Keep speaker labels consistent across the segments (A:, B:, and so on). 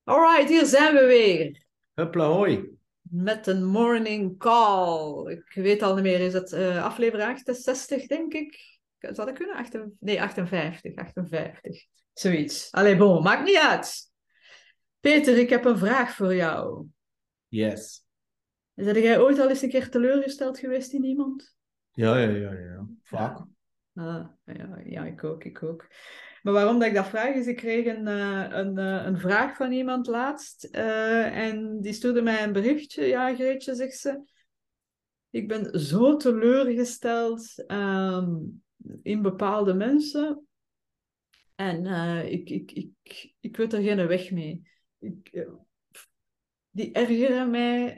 A: Alright, hier zijn we weer.
B: Huppla hoi.
A: Met een morning call. Ik weet al niet meer, is het aflevering 68, denk ik? Zou dat kunnen? Nee, 58. 58. Zoiets. Allee, bon, maakt niet uit. Peter, ik heb een vraag voor jou.
B: Yes.
A: Ben jij ooit al eens een keer teleurgesteld geweest in iemand?
B: Ja, ja, ja, ja.
A: Ja.
B: Vaak.
A: Ja, ik ook. Maar waarom dat ik dat vraag is, ik kreeg een vraag van iemand laatst en die stuurde mij een berichtje. Ja, Greetje, zegt ze, ik ben zo teleurgesteld in bepaalde mensen en ik weet er geen weg mee. Ik, eh, die ergeren mij.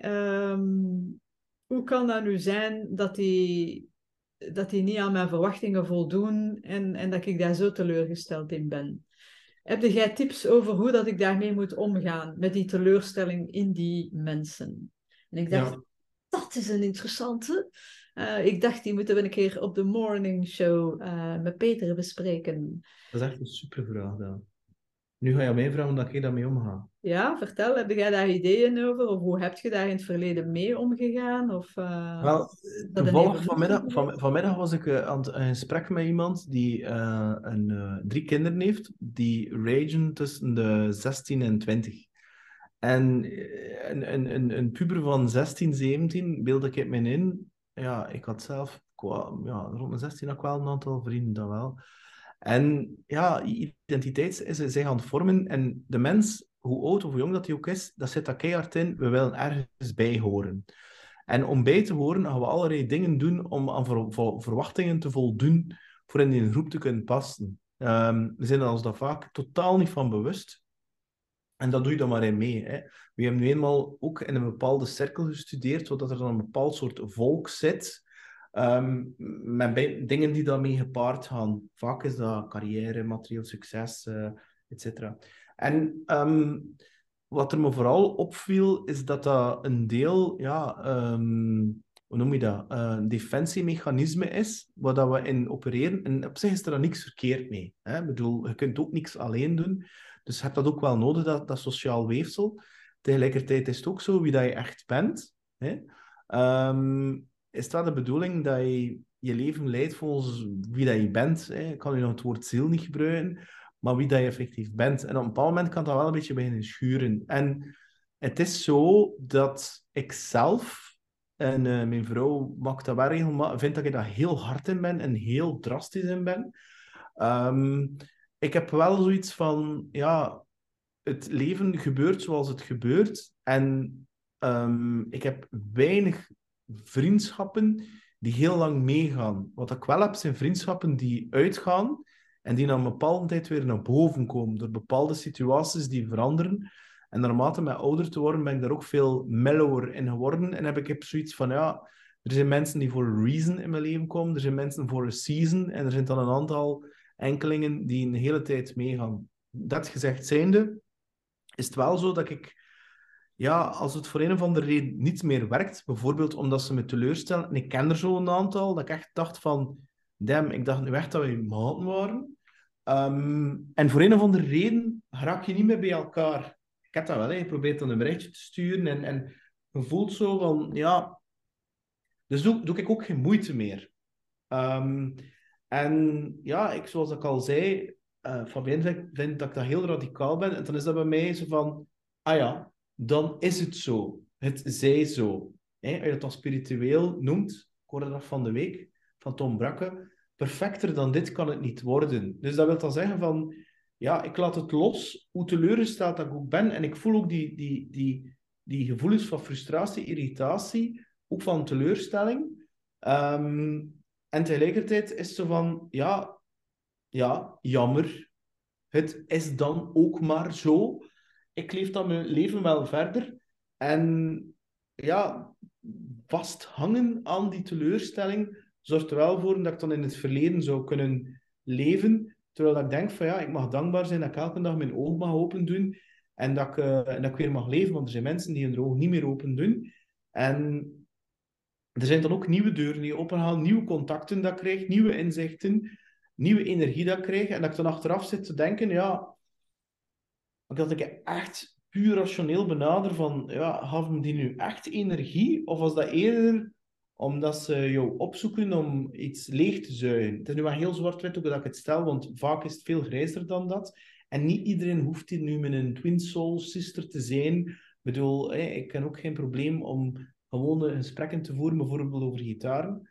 A: Hoe kan dat nu zijn dat die niet aan mijn verwachtingen voldoen en dat ik daar zo teleurgesteld in ben? Heb jij tips over hoe dat ik daarmee moet omgaan, met die teleurstelling in die mensen? En ik dacht,
B: Ja,
A: dat is een interessante. Ik dacht, die moeten we een keer op de morning show met Peter bespreken.
B: dat is echt een super vraag dan. Nu ga je aan mij vragen hoe ik daarmee omga.
A: Ja, vertel, heb jij daar ideeën over? Of hoe heb je daar in het verleden mee omgegaan? Of
B: Wel,
A: is dat een
B: toevallig
A: evolutie geweest?
B: vanmiddag was ik aan het een gesprek met iemand die 3 kinderen heeft, die rangen tussen de 16 en 20. En een puber van 16, 17 beelde ik me in. Ja, ik had zelf rond mijn 16 ook wel een aantal vrienden, dat wel. En ja, identiteit is zich aan het vormen. En de mens, hoe oud of hoe jong dat hij ook is, dat zit daar keihard in. We willen ergens bij horen. En om bij te horen, gaan we allerlei dingen doen om aan verwachtingen te voldoen voor in die groep te kunnen passen. We zijn er ons daar vaak totaal niet van bewust. En dat doe je dan maar in mee. Hè. We hebben nu eenmaal ook in een bepaalde cirkel gestudeerd, zodat er dan een bepaald soort volk zit, met dingen die daarmee gepaard gaan. Vaak is dat carrière, materieel succes, etc. En wat er me vooral opviel, is dat dat een deel, ja, hoe noem je dat, een defensiemechanisme is, waar dat we in opereren. En op zich is er dan niks verkeerd mee. Hè. Ik bedoel, je kunt ook niks alleen doen. Dus je hebt dat ook wel nodig, dat sociaal weefsel. Tegelijkertijd is het ook zo wie dat je echt bent. Hè? Ehm, is het wel de bedoeling dat je je leven leidt volgens wie dat je bent. Hè? Ik kan nu nog het woord ziel niet gebruiken, maar wie dat je effectief bent. En op een bepaald moment kan dat wel een beetje beginnen schuren. En het is zo dat ik zelf, en mijn vrouw maakt dat wel regelmatig, vindt dat ik daar heel hard in ben en heel drastisch in ben. Ehm, ik heb wel zoiets van, ja, het leven gebeurt zoals het gebeurt. En ik heb weinig vriendschappen die heel lang meegaan. Wat ik wel heb, zijn vriendschappen die uitgaan en die na een bepaalde tijd weer naar boven komen door bepaalde situaties die veranderen. En naarmate met ouder te worden, ben ik daar ook veel mellower in geworden. En heb zoiets van, ja, er zijn mensen die voor een reason in mijn leven komen, er zijn mensen voor een season, en er zijn dan een aantal enkelingen die een hele tijd meegaan. Dat gezegd zijnde, is het wel zo dat ik, ja, als het voor een of andere reden niet meer werkt, bijvoorbeeld omdat ze me teleurstellen, en ik ken er zo een aantal, dat ik echt dacht van, damn, ik dacht nu echt dat we maten waren. En voor een of andere reden raak je niet meer bij elkaar. Ik heb dat wel, hè. Je probeert dan een berichtje te sturen en je voelt zo van, ja, dus doe ik ook geen moeite meer. Ehm, en ja, zoals ik al zei, Fabien vindt dat ik dat heel radicaal ben. En dan is dat bij mij zo van, ah ja, dan is het zo. Het zij zo. Hè, als je het dan spiritueel noemt, ik hoorde dat van de week, van Tom Brakke, perfecter dan dit kan het niet worden. Dus dat wil dan zeggen van, ja, ik laat het los, hoe teleurgesteld dat ik ook ben. En ik voel ook die gevoelens van frustratie, irritatie, ook van teleurstelling. Ehm, en tegelijkertijd is het zo van, ja, ja, jammer. Het is dan ook maar zo. Ik leef dan mijn leven wel verder. En ja, vasthangen aan die teleurstelling zorgt er wel voor dat ik dan in het verleden zou kunnen leven. Terwijl ik denk van ja, ik mag dankbaar zijn dat ik elke dag mijn ogen mag open doen. En dat ik weer mag leven. Want er zijn mensen die hun ogen niet meer open doen. En er zijn dan ook nieuwe deuren die opengaan, nieuwe contacten dat ik krijg, nieuwe inzichten, nieuwe energie dat ik krijg. En dat ik dan achteraf zit te denken, ja, dat ik echt puur rationeel benader van, ja, gaven die nu echt energie? Of was dat eerder omdat ze jou opzoeken om iets leeg te zuigen? Het is nu wel heel zwart-wit ook dat ik het stel, want vaak is het veel grijzer dan dat. En niet iedereen hoeft hier nu met een twin soul sister te zijn. Ik bedoel, ik heb ook geen probleem om gewone gesprekken te voeren, bijvoorbeeld over gitaren.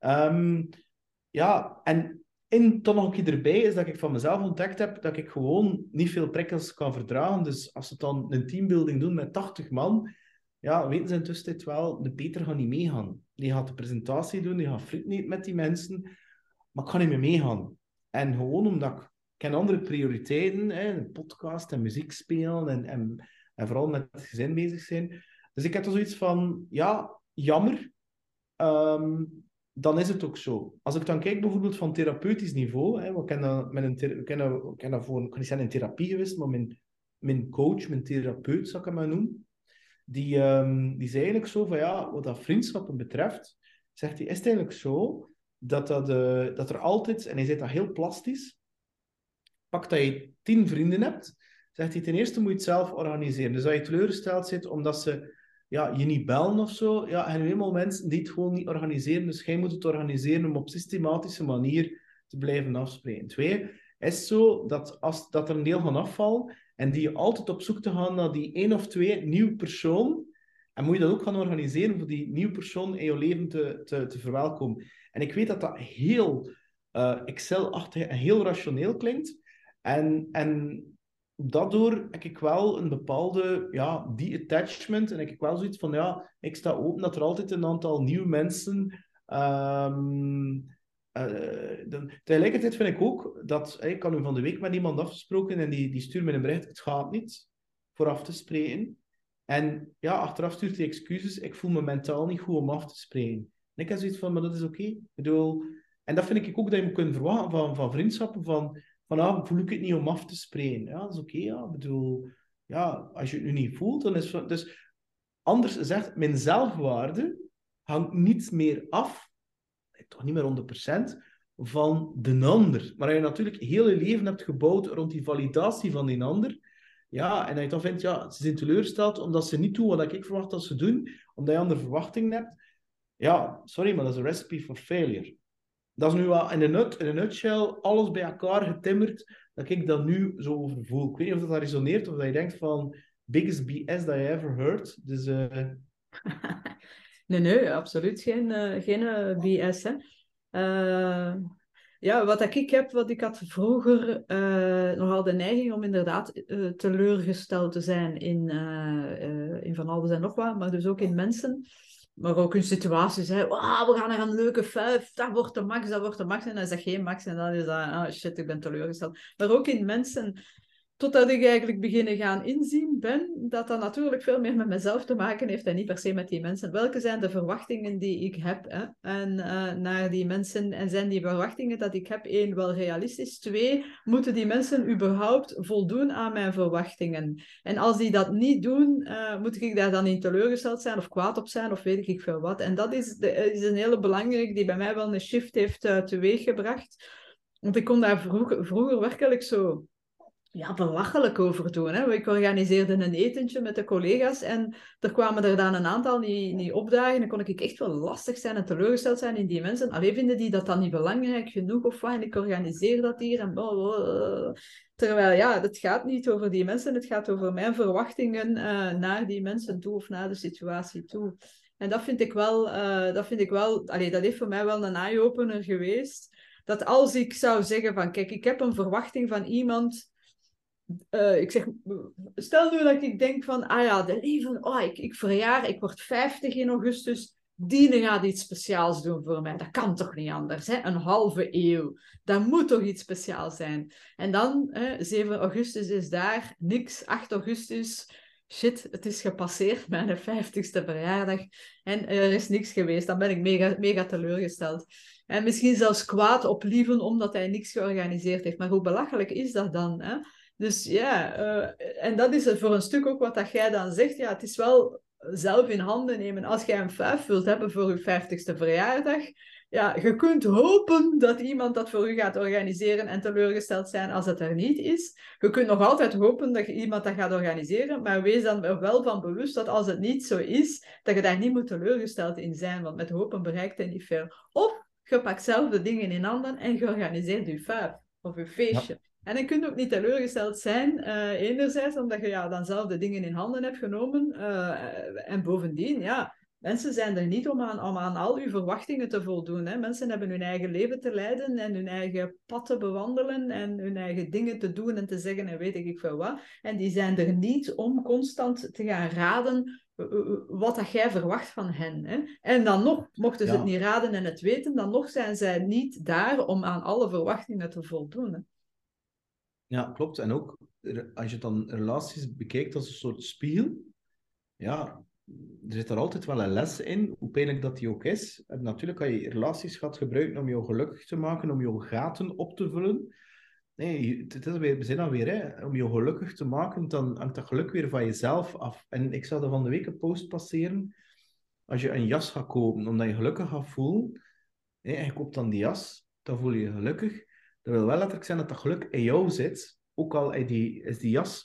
B: Ja, en toch nog een keer erbij is dat ik van mezelf ontdekt heb dat ik gewoon niet veel prikkels kan verdragen. Dus als ze dan een teambuilding doen met 80 man, ja, weten ze intussen wel, de Peter gaat niet meegaan. Die gaat de presentatie doen, die gaat frieten eten met die mensen, maar ik ga niet meer meegaan. En gewoon omdat ik ken andere prioriteiten, een podcast en muziek spelen en vooral met het gezin bezig zijn. Dus ik heb er zoiets van, ja, jammer. Dan is het ook zo. Als ik dan kijk bijvoorbeeld van therapeutisch niveau, we kennen voor, ik kan niet zeggen in therapie geweest, maar mijn coach, mijn therapeut, zou ik hem maar noemen, die zei eigenlijk zo van, ja, wat dat vriendschappen betreft, zegt hij, is het eigenlijk zo dat er altijd, en hij zegt dat heel plastisch, pak dat je 10 vrienden hebt, zegt hij, ten eerste moet je het zelf organiseren. Dus als je teleurgesteld zit omdat ze je niet bellen of zo, ja, er zijn helemaal mensen die het gewoon niet organiseren, dus jij moet het organiseren om op systematische manier te blijven afspreken. 2, is zo dat er een deel van afvalt en die je altijd op zoek te gaan naar die 1 of 2 nieuwe persoon, en moet je dat ook gaan organiseren voor die nieuwe persoon in je leven te verwelkomen. En ik weet dat dat heel Excel-achtig en heel rationeel klinkt, en daardoor heb ik wel een bepaalde, die attachment. En heb ik wel zoiets van, ja, ik sta open dat er altijd een aantal nieuwe mensen... tegelijkertijd vind ik ook dat... Ik had nu van de week met iemand afgesproken en die stuurt me een bericht. Het gaat niet, vooraf te spreken. En ja, achteraf stuurt hij excuses. Ik voel me mentaal niet goed om af te spreken. En ik heb zoiets van, maar dat is oké. Ik bedoel... En dat vind ik ook dat je moet kunnen verwachten van vriendschappen, van voel ik het niet om af te spreken. Ja, dat is oké, ja. Ik bedoel, ja, als je het nu niet voelt, dan is het... Dus anders gezegd, mijn zelfwaarde hangt niet meer af, toch niet meer 100%, van de ander. Maar als je natuurlijk heel je leven hebt gebouwd rond die validatie van die ander, ja, en dat je dan vindt, ja, ze zijn teleurgesteld omdat ze niet doen wat ik verwacht dat ze doen, omdat je andere verwachtingen hebt, ja, sorry, maar dat is een recipe for failure. Dat is nu wel in een nutshell alles bij elkaar getimmerd, dat ik dat nu zo over voel. Ik weet niet of dat resoneert, of dat je denkt van biggest BS that you ever heard. Dus,
A: Nee, absoluut geen BS. Hè. Ja, wat ik heb, wat ik had vroeger nogal de neiging om inderdaad teleurgesteld te zijn in van alles en nog wat, maar dus ook in mensen. Maar ook in situaties, hè. Oh, we gaan naar een leuke vijf, dat wordt de max, dat wordt de max. En dan is dat geen max en dan is dat, shit, ik ben teleurgesteld. Maar ook in mensen, totdat ik eigenlijk beginnen gaan inzien ben, dat dat natuurlijk veel meer met mezelf te maken heeft en niet per se met die mensen. Welke zijn de verwachtingen die ik heb en naar die mensen? En zijn die verwachtingen dat ik heb, 1, wel realistisch? 2, moeten die mensen überhaupt voldoen aan mijn verwachtingen? En als die dat niet doen, moet ik daar dan in teleurgesteld zijn of kwaad op zijn of weet ik veel wat. En dat is een hele belangrijke die bij mij wel een shift heeft teweeggebracht. Want ik kon daar vroeger werkelijk zo... belachelijk over doen. Hè. Ik organiseerde een etentje met de collega's en er kwamen er dan een aantal niet opdagen. Dan kon ik echt wel lastig zijn en teleurgesteld zijn in die mensen. Alleen vinden die dat dan niet belangrijk genoeg of wat? En ik organiseer dat hier en blablabla. Terwijl, het gaat niet over die mensen. Het gaat over mijn verwachtingen naar die mensen toe of naar de situatie toe. En dat vind ik wel... dat heeft voor mij wel een eye-opener geweest. Dat als ik zou zeggen van... Kijk, ik heb een verwachting van iemand... ik zeg, stel nu dat ik denk van, de leven, ik verjaar, ik word 50 in augustus, die gaat iets speciaals doen voor mij. Dat kan toch niet anders, hè? Een halve eeuw. Dat moet toch iets speciaals zijn. En dan, 7 augustus is daar, niks. 8 augustus, shit, het is gepasseerd, mijn 50ste verjaardag. En er is niks geweest. Dan ben ik mega, mega teleurgesteld. En misschien zelfs kwaad op Lieven, omdat hij niks georganiseerd heeft. Maar hoe belachelijk is dat dan, hè? Dus ja, en dat is voor een stuk ook wat dat jij dan zegt. Ja, het is wel zelf in handen nemen. Als jij een 5 wilt hebben voor je 50ste verjaardag, ja, je kunt hopen dat iemand dat voor u gaat organiseren en teleurgesteld zijn als het er niet is. Je kunt nog altijd hopen dat je iemand dat gaat organiseren, maar wees dan er wel van bewust dat als het niet zo is, dat je daar niet moet teleurgesteld in zijn, want met hopen bereikt hij niet veel. Of je pakt zelf de dingen in handen en je organiseert je fuif of je feestje.
B: Ja.
A: En je kunt ook niet teleurgesteld zijn, enerzijds omdat je ja, dan zelf de dingen in handen hebt genomen, en bovendien, ja, mensen zijn er niet om aan al uw verwachtingen te voldoen. Hè. Mensen hebben hun eigen leven te leiden en hun eigen pad te bewandelen en hun eigen dingen te doen en te zeggen en weet ik veel wat. En die zijn er niet om constant te gaan raden wat dat jij verwacht van hen. Hè. En dan nog, mochten ze het
B: Ja.
A: niet raden en het weten, dan nog zijn zij niet daar om aan alle verwachtingen te voldoen. Hè.
B: Ja, klopt. En ook als je dan relaties bekijkt als een soort spiegel, ja, er zit er altijd wel een les in, hoe pijnlijk dat die ook is. En natuurlijk kan je relaties gaat gebruiken om jou gelukkig te maken, om jouw gaten op te vullen. Nee, het is weer, we zijn dan weer, hè, om jou gelukkig te maken, dan hangt dat geluk weer van jezelf af. En ik zag er van de week een post passeren. Als je een jas gaat kopen, omdat je gelukkig gaat voelen, hè, en je koopt dan die jas, dan voel je je gelukkig. Dat wil wel letterlijk zijn dat dat geluk in jou zit, ook al is die jas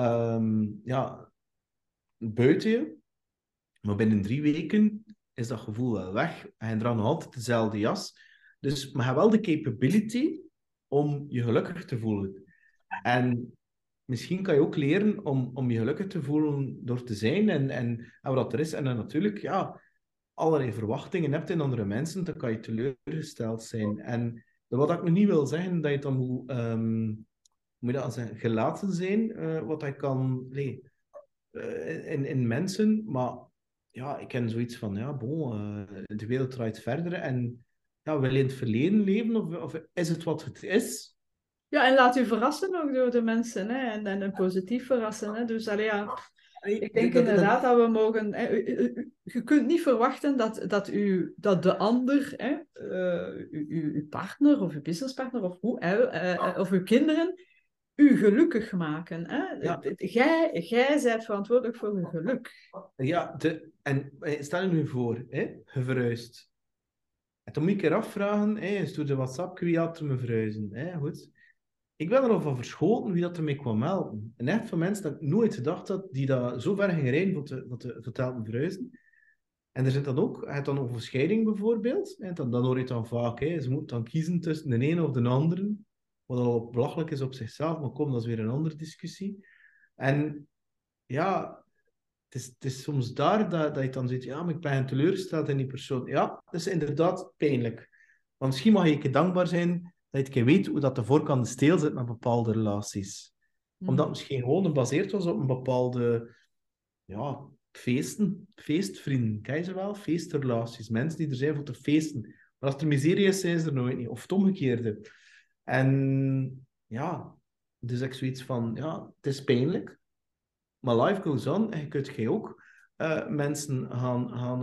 B: ja, buiten je. Maar binnen 3 weken is dat gevoel wel weg. En je draagt nog altijd dezelfde jas. Dus maar je hebt wel de capability om je gelukkig te voelen. En misschien kan je ook leren om je gelukkig te voelen door te zijn en wat er is. En dan natuurlijk, ja, allerlei verwachtingen hebt in andere mensen, dan kan je teleurgesteld zijn. En wat ik nog niet wil zeggen, dat je dan moet je dat zeggen, gelaten zijn, wat ik kan... Nee, in mensen, maar ja, ik ken zoiets van, ja, bon, de wereld draait verder en ja, wil je in het verleden leven of is het wat het is?
A: Ja, en laat u verrassen ook door de mensen, hè? En positief verrassen. Hè? Dus allee, ja,
B: Nee,
A: ik denk inderdaad dat we mogen. Hè, je kunt niet verwachten dat de ander, hè, uw partner of uw businesspartner of hoe, of uw kinderen, u gelukkig maken. Hè?
B: ja,
A: Jij bent verantwoordelijk voor uw geluk.
B: ja en stel je nu voor, hè, je verhuist. En dan moet je een keer afvragen, hè, is door de WhatsApp-kwiat me verhuizen. Hè, goed. Ik ben er al van verschoten wie dat ermee kwam melden. En echt van mensen dat ik nooit gedacht had, die dat zo ver gingen rijden voor te helpen verhuizen. En er zit dan ook, je hebt dan over scheiding bijvoorbeeld, en dan hoor je het dan vaak, hè, ze moeten dan kiezen tussen de ene of de andere, wat al belachelijk is op zichzelf, maar kom, dat is weer een andere discussie. En ja, het is soms daar dat je dan zegt, ja, maar ik ben teleurgesteld in die persoon. Ja, dat is inderdaad pijnlijk. Maar misschien mag je een keer dankbaar zijn dat je een keer weet hoe dat de voorkant steel zit met bepaalde relaties. Omdat het misschien gewoon gebaseerd was op een bepaalde ja, feestvrienden. Ken je ze wel? Feestrelaties. Mensen die er zijn voor te feesten. Maar als er miserie is, zijn ze er nooit niet. Of het omgekeerde. En ja, dus ik zoiets van, ja, het is pijnlijk. Maar life goes on. En je kunt ook mensen gaan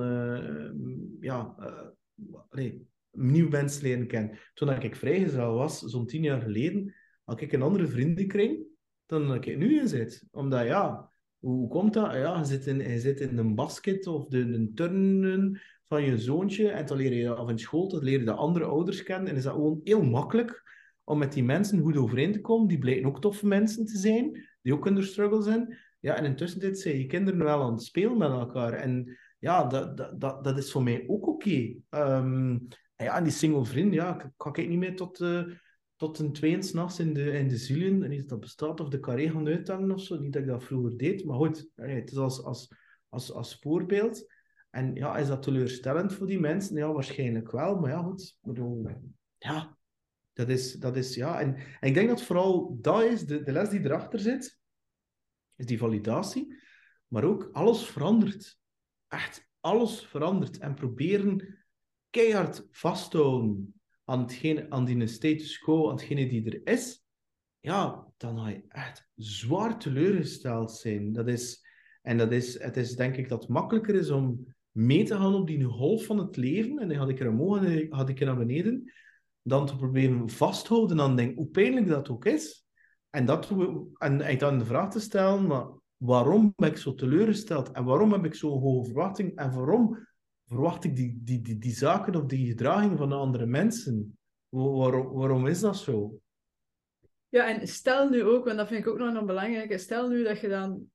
B: nieuw mensen leren kennen. Toen ik vrijgezel was, zo'n 10 jaar geleden, had ik een andere vriendenkring dan dat ik nu in zit. Omdat ja, hoe komt dat? Ja, je zit in een basket of de turnen van je zoontje en dan leer je af in school, dan leer je de andere ouders kennen en is dat gewoon heel makkelijk om met die mensen goed overeen te komen. Die blijken ook toffe mensen te zijn, die ook in de struggle zijn. Ja, en intussen zijn je kinderen wel aan het spelen met elkaar. En ja, dat is voor mij ook oké. En ja, en die single vriend, ja, ik kan niet meer tot een 2 s'nachts in de zielen, en niet dat dat bestaat, of de carré gaan uithangen of zo. Niet dat ik dat vroeger deed, maar goed, het is als voorbeeld. En ja, is dat teleurstellend voor die mensen? Ja, waarschijnlijk wel, maar ja, goed. Ik bedoel, ja, dat is ja. En ik denk dat vooral dat is, de les die erachter zit, is die validatie. Maar ook, alles verandert. Echt, alles verandert. En proberen keihard vasthouden aan die status quo, aan hetgene die er is, ja, dan ga je echt zwaar teleurgesteld zijn. Het is denk ik dat het makkelijker is om mee te gaan op die golf van het leven, en dan had ik er omhoog en dan had ik er naar beneden, dan te proberen vasthouden aan denk, hoe pijnlijk dat ook is. En dan de vraag te stellen, maar waarom ben ik zo teleurgesteld? En waarom heb ik zo'n hoge verwachting? En waarom verwacht ik die zaken of die gedragingen van de andere mensen? Waarom is dat zo?
A: Ja, en stel nu ook, want dat vind ik ook nog een belangrijke, stel nu dat je dan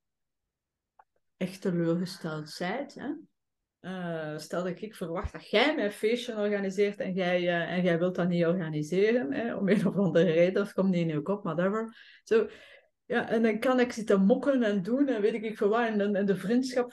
A: echt teleurgesteld bent, hè? Stel dat ik verwacht dat jij mij een feestje organiseert en jij wilt dat niet organiseren, hè, om een of andere reden, of komt niet in je kop, whatever. Zo, ja, en dan kan ik zitten mokken en doen en weet ik veel wat, en de vriendschap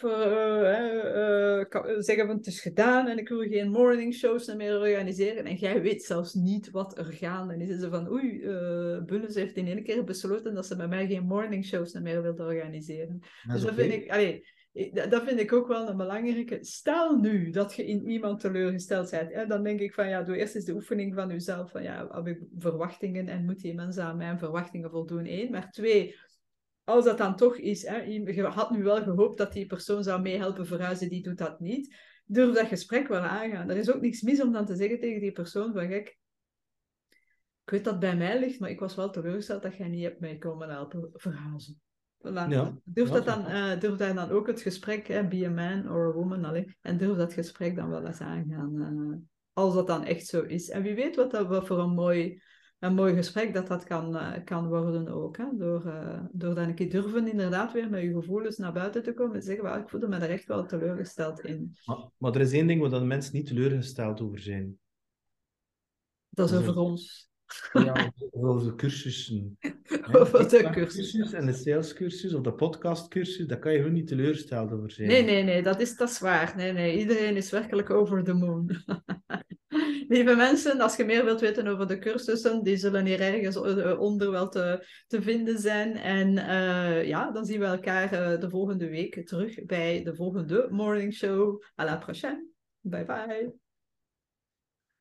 A: zeggen van het is gedaan en ik wil geen morning shows meer organiseren en jij weet zelfs niet wat er gaande is. En ze van oei, Bunnes heeft in één keer besloten dat ze bij mij geen morning shows meer wil organiseren.
B: Dat
A: Dus
B: is
A: dat
B: oké.
A: vind ik, dat vind ik ook wel een belangrijke. Stel nu dat je in iemand teleurgesteld bent. Hè, dan denk ik van ja, doe eerst eens de oefening van jezelf. Van ja, heb ik verwachtingen en moeten die mensen aan mijn verwachtingen voldoen? 1. Maar 2, als dat dan toch is, hè, je had nu wel gehoopt dat die persoon zou meehelpen verhuizen, die doet dat niet. Durf dat gesprek wel aangaan. Er is ook niks mis om dan te zeggen tegen die persoon van gek, ik weet dat het bij mij ligt, maar ik was wel teleurgesteld dat jij niet hebt mee komen helpen verhuizen. Voilà.
B: Ja,
A: Durf,
B: ja,
A: durf daar dan ook het gesprek, hè, be a man or a woman, en durf dat gesprek dan wel eens aangaan, als dat dan echt zo is. En wie weet wat voor een mooi gesprek dat kan worden ook. Hè? Door dan een keer durven inderdaad weer met je gevoelens naar buiten te komen en zeggen, well, ik voelde me er echt wel teleurgesteld in.
B: maar er is één ding waar de mensen niet teleurgesteld over zijn.
A: Dat is
B: Dat is
A: over ons.
B: ja, over de cursussen.
A: Over de
B: De
A: cursus.
B: cursus en de salescursus of de podcastcursus, daar kan je gewoon niet teleurgesteld over zijn.
A: Nee, dat is waar. Nee, iedereen is werkelijk over the moon. Lieve mensen, als je meer wilt weten over de cursussen, die zullen hier ergens onder wel te vinden zijn. En ja, dan zien we elkaar de volgende week terug bij de volgende morning show. À la prochaine. Bye bye.